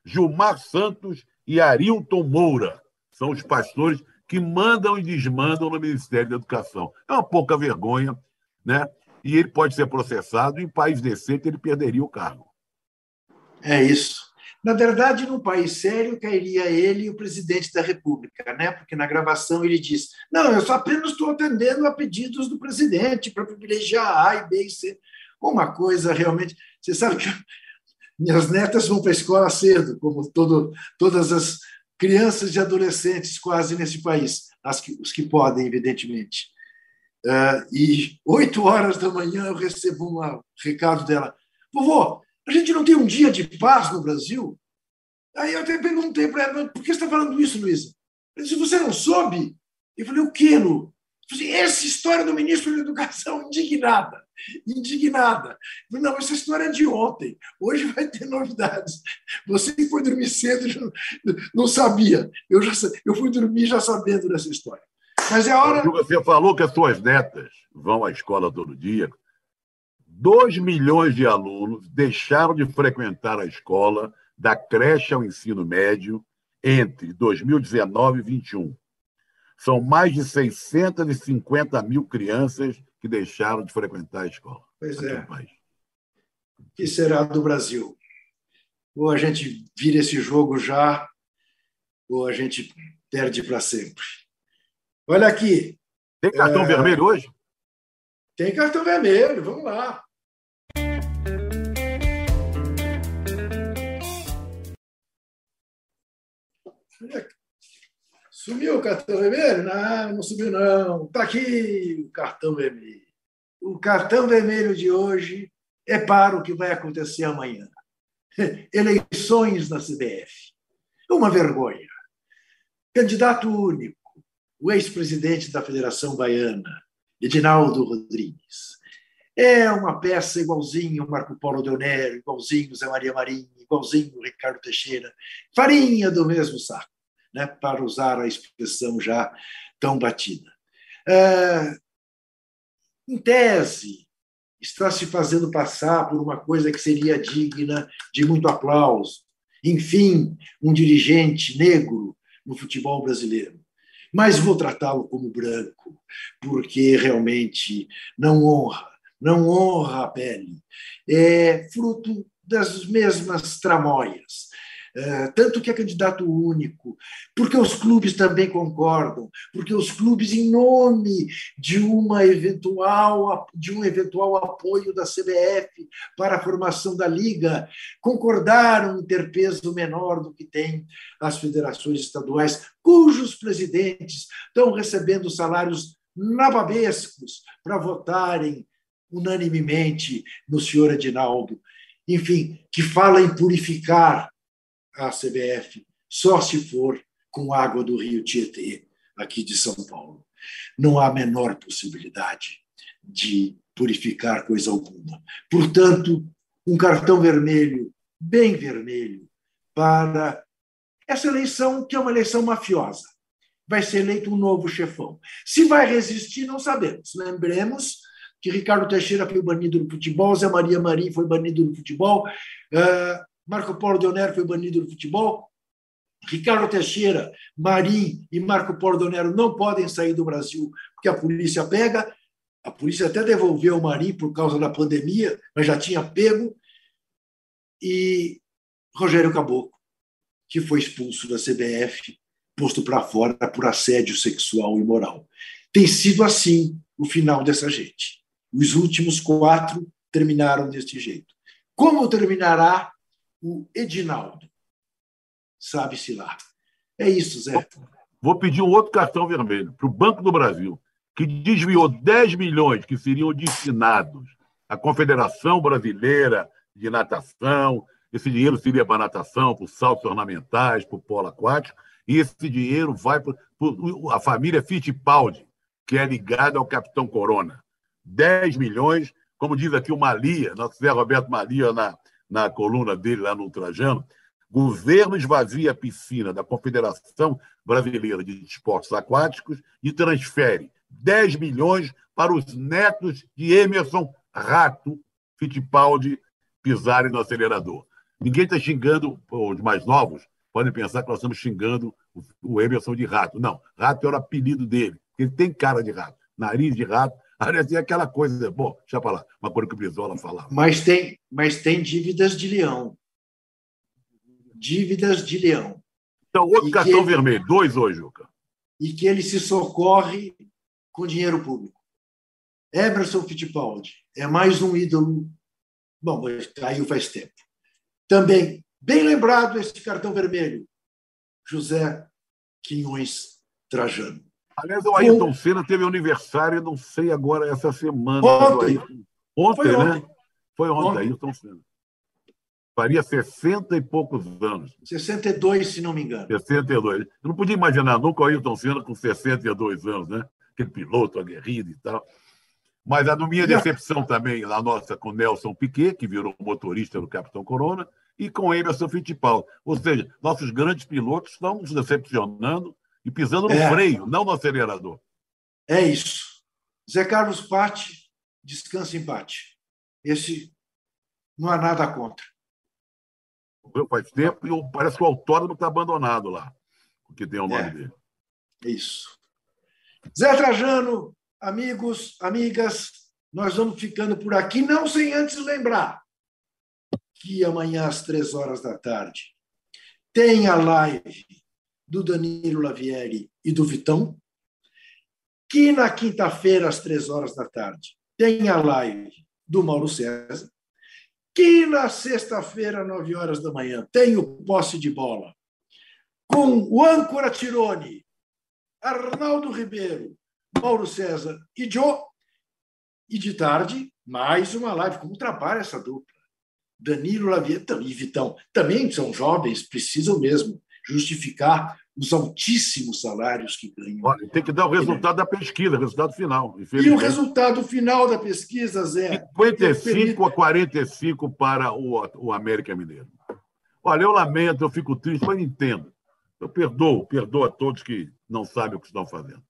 Gilmar Santos e Arilton Moura. São os pastores que mandam e desmandam no Ministério da Educação. É uma pouca vergonha, né? E ele pode ser processado, e em país decente ele perderia o cargo. É isso. Na verdade, num país sério, cairia ele e o presidente da República, né? Porque na gravação ele diz: não, eu só apenas estou atendendo a pedidos do presidente para privilegiar A e B e C. Uma coisa realmente... Você sabe que minhas netas vão para a escola cedo, como todo, todas as crianças e adolescentes quase nesse país, as que, os que podem, evidentemente. Uh, e oito horas da manhã eu recebo um recado dela: vovô, a gente não tem um dia de paz no Brasil? Aí eu até perguntei para ela: por que você está falando isso, Luísa? Ela disse: você não soube? Eu falei: o quê, Lu? Eu falei: essa história do ministro da Educação, indignada, indignada. Eu falei: não, essa história é de ontem, hoje vai ter novidades. Você que foi dormir cedo não sabia, eu, já, eu fui dormir já sabendo dessa história. Mas é a hora... Você falou que as suas netas vão à escola todo dia. Dois milhões de alunos deixaram de frequentar a escola da creche ao ensino médio entre dois mil e dezenove e vinte e um. São mais de seiscentas e cinquenta mil crianças que deixaram de frequentar a escola. Pois é. O que será do Brasil? Ou a gente vira esse jogo já, ou a gente perde para sempre. Olha aqui. Tem cartão é... vermelho hoje? Tem cartão vermelho, vamos lá. Sumiu o cartão vermelho? Não, não sumiu não. Está aqui o cartão vermelho. O cartão vermelho de hoje é para o que vai acontecer amanhã. Eleições na C B F. Uma vergonha. Candidato único, o ex-presidente da Federação Baiana, Edinaldo Rodrigues. É uma peça igualzinho o Marco Polo Deonero, igualzinho o Zé Maria Marinho, igualzinho o Ricardo Teixeira. Farinha do mesmo saco, né, para usar a expressão já tão batida. É, em tese, está se fazendo passar por uma coisa que seria digna de muito aplauso. Enfim, um dirigente negro no futebol brasileiro. Mas vou tratá-lo como branco, porque realmente não honra, não honra a pele. É fruto das mesmas tramóias. É, tanto que é candidato único, porque os clubes também concordam, porque os clubes, em nome de, uma eventual, de um eventual apoio da C B F para a formação da Liga, concordaram em ter peso menor do que tem as federações estaduais, cujos presidentes estão recebendo salários nababescos para votarem unanimemente no senhor Edinaldo. Enfim, que fala em purificar a C B F só se for com água do Rio Tietê, aqui de São Paulo. Não há a menor possibilidade de purificar coisa alguma. Portanto, um cartão vermelho, bem vermelho, para essa eleição, que é uma eleição mafiosa. Vai ser eleito um novo chefão. Se vai resistir, não sabemos. Lembremos que Ricardo Teixeira foi banido do futebol, Zé Maria Marinho foi banido do futebol, uh, Marco Polo Deonero foi banido do futebol, Ricardo Teixeira, Marinho e Marco Polo Deonero não podem sair do Brasil porque a polícia pega. A polícia até devolveu o Marinho por causa da pandemia, mas já tinha pego. E Rogério Caboclo, que foi expulso da C B F, posto para fora por assédio sexual e moral. Tem sido assim o final dessa gente. Os últimos quatro terminaram deste jeito. Como terminará o Edinaldo? Sabe-se lá. É isso, Zé. Vou pedir um outro cartão vermelho para o Banco do Brasil, que desviou dez milhões que seriam destinados à Confederação Brasileira de Natação. Esse dinheiro seria para natação, para os saltos ornamentais, para o polo aquático, e esse dinheiro vai para a família Fittipaldi, que é ligada ao Capitão Corona. dez milhões, como diz aqui o Malia, nosso Zé Roberto Malia, na, na coluna dele lá no Trajano, governo esvazia a piscina da Confederação Brasileira de Esportes Aquáticos e transfere dez milhões para os netos de Emerson Rato Fittipaldi pisarem no acelerador. Ninguém está xingando, os mais novos podem pensar que nós estamos xingando o Emerson de rato. Não, rato era o apelido dele, porque ele tem cara de rato, nariz de rato, é aquela coisa, bom, deixa pra lá, uma coisa que o Brizola falava. Mas tem, mas tem dívidas de leão. Dívidas de leão. Então, outro e cartão ele, vermelho, dois hoje, Juca. E que ele se socorre com dinheiro público. Emerson Fittipaldi é mais um ídolo. Bom, caiu faz tempo. Também, bem lembrado esse cartão vermelho, José Quinhões Trajano. Aliás, o Ayrton Com... Senna teve aniversário, não sei agora, essa semana. Ontem. Ontem, Foi né? ontem. Foi ontem, Ayrton Senna. Faria sessenta e poucos anos. sessenta e dois, se não me engano. sessenta e dois. Eu não podia imaginar nunca o Ayrton Senna com sessenta e dois anos, né? Aquele piloto aguerrido e tal. Mas a minha decepção também, a nossa, com Nelson Piquet, que virou motorista do Capitão Corona, e com Emerson Fittipaldi. Ou seja, nossos grandes pilotos estão nos decepcionando e pisando no é. freio, não no acelerador. É isso. Zé Carlos Patti, descansa em Patti. Esse não há nada contra. Faz tempo e parece que o autódromo está abandonado lá, porque tem o nome é. dele. Isso. Zé Trajano, amigos, amigas, nós vamos ficando por aqui, não sem antes lembrar que amanhã às três horas da tarde tem a live do Danilo Lavieri e do Vitão, que na quinta-feira às três horas da tarde tem a live do Mauro César, que na sexta-feira, às nove horas da manhã, tem o Posse de Bola com o âncora Tirone, Arnaldo Ribeiro, Mauro César e Joe. E de tarde, mais uma live. Como trabalha essa dupla? Danilo Lavieri e Vitão. Também são jovens, precisam mesmo justificar os altíssimos salários que ganham. Olha, tem que dar o resultado da pesquisa, o resultado final. E o resultado final da pesquisa, Zé? cinquenta e cinco a quarenta e cinco para o, o América Mineiro. Olha, eu lamento, eu fico triste, mas entendo. Eu perdoo, perdoo a todos que não sabem o que estão fazendo.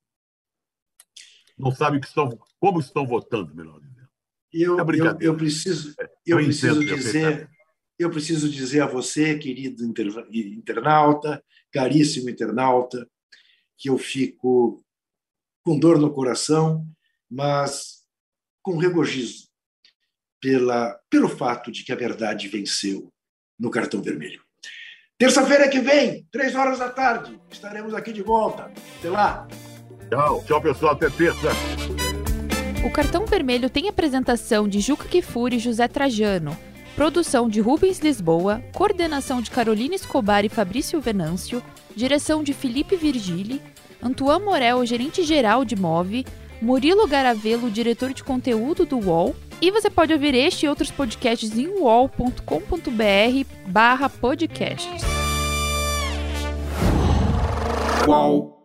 Não sabem que estão, como estão votando, melhor dizendo. Eu, é eu, eu preciso, eu, eu preciso dizer, eu preciso dizer a você, querido internauta, caríssimo internauta, que eu fico com dor no coração, mas com regozijo pela, pelo fato de que a verdade venceu no cartão vermelho. Terça-feira que vem, três horas da tarde, estaremos aqui de volta. Até lá. Tchau, tchau, pessoal. Até terça. O Cartão Vermelho tem apresentação de Juca Kfouri e José Trajano, produção de Rubens Lisboa, coordenação de Carolina Escobar e Fabrício Venâncio, direção de Felipe Virgili, Antoine Morel, gerente-geral de Move, Murilo Garavello, diretor de conteúdo do U O L, e você pode ouvir este e outros podcasts em uol ponto com ponto br barra podcasts. Uau.